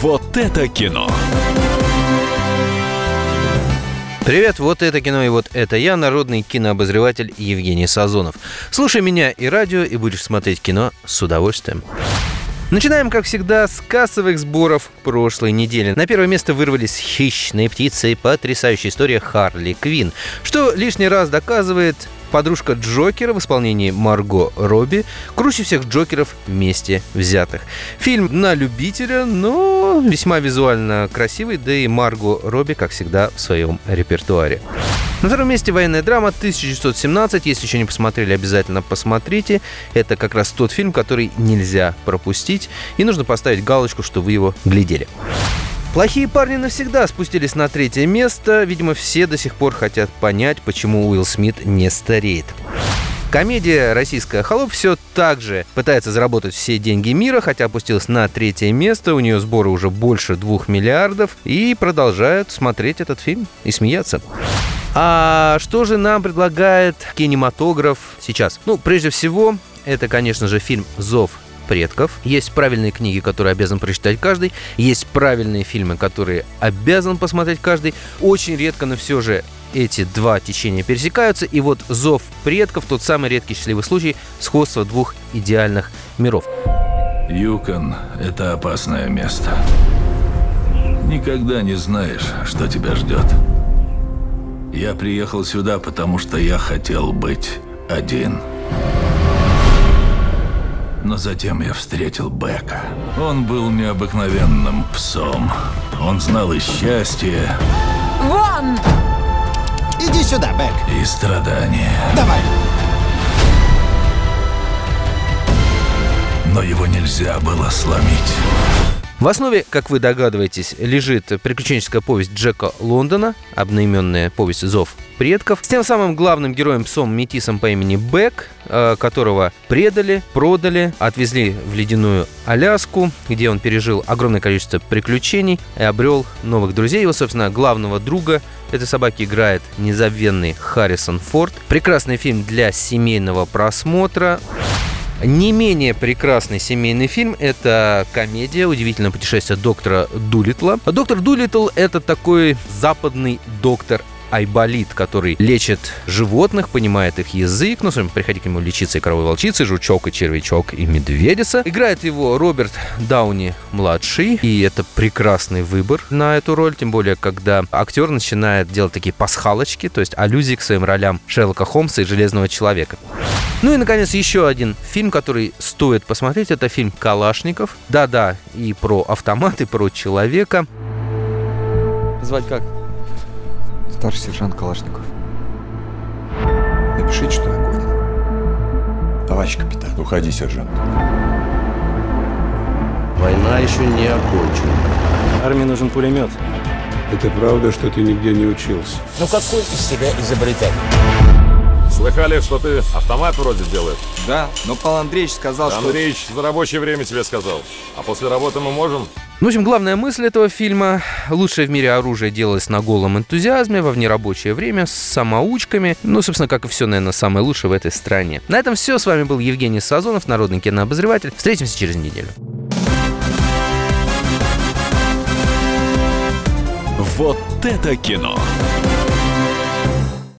Вот это кино. Привет, вот это кино, и вот это я, народный кинообозреватель Евгений Сазонов. Слушай меня и радио, и будешь смотреть кино с удовольствием. Начинаем, как всегда, с кассовых сборов прошлой недели. На первое место вырвались «Хищные птицы» и потрясающая история Харли Квинн, что лишний раз доказывает: подружка Джокера в исполнении Марго Робби круче всех Джокеров вместе взятых. Фильм на любителя, но весьма визуально красивый, да и Марго Робби, как всегда, в своем репертуаре. На втором месте военная драма 1917. Если еще не посмотрели, обязательно посмотрите. Это как раз тот фильм, который нельзя пропустить, и нужно поставить галочку, что вы его глядели. «Плохие парни навсегда» спустились на третье место. Видимо, все до сих пор хотят понять, почему Уилл Смит не стареет. Комедия российская «Холоп» все так же пытается заработать все деньги мира, хотя опустилась на третье место. У нее сборы уже больше 2 миллиардов. И продолжают смотреть этот фильм и смеяться. А что же нам предлагает кинематограф сейчас? Прежде всего, это, конечно же, фильм «Зов предков». Есть правильные книги, которые обязан прочитать каждый. Есть правильные фильмы, которые обязан посмотреть каждый. Очень редко, но все же эти два течения пересекаются. И вот «Зов предков» — тот самый редкий счастливый случай сходства двух идеальных миров. Юкон — это опасное место. Никогда не знаешь, что тебя ждет. Я приехал сюда, потому что я хотел быть один. Но затем я встретил Бека. Он был необыкновенным псом. Он знал и счастье, Вон! Иди сюда, Бек. и страдания. Давай. Но его нельзя было сломить. В основе, как вы догадываетесь, лежит приключенческая повесть Джека Лондона, одноименная повесть «Зов предков», с тем самым главным героем-псом-метисом по имени Бек, которого предали, продали, отвезли в ледяную Аляску, где он пережил огромное количество приключений и обрел новых друзей. Его, собственно, главного друга этой собаки играет незабвенный Харрисон Форд. Прекрасный фильм для семейного просмотра. Не менее прекрасный семейный фильм — это комедия «Удивительное путешествие доктора Дулиттла». Доктор Дулиттл — это такой западный доктор Айболит, который лечит животных, понимает их язык. Приходи к нему лечиться и коровой волчицы, жучок, и червячок, и медведица. Играет его Роберт Дауни-младший, и это прекрасный выбор на эту роль, тем более, когда актер начинает делать такие пасхалочки, то есть аллюзии к своим ролям Шерлока Холмса и Железного человека. И, наконец, еще один фильм, который стоит посмотреть, это фильм «Калашников». Да-да, и про автомат, и про человека. Звать как? Старший сержант Калашников. Напишите, что я гонен. Товарищ капитан. Уходи, сержант. Война еще не окончена. Армии нужен пулемет. Это правда, что ты нигде не учился? Какой из себя изобретатель? Слыхали, что ты автомат вроде делаешь? Да, но Павел Андреевич сказал, что... Андреевич за рабочее время тебе сказал. А после работы мы можем? В общем, главная мысль этого фильма: лучшее в мире оружие делалось на голом энтузиазме, во внерабочее время, с самоучками. Собственно, как и все, наверное, самое лучшее в этой стране. На этом все. С вами был Евгений Сазонов, народный кинообозреватель. Встретимся через неделю. Вот это кино.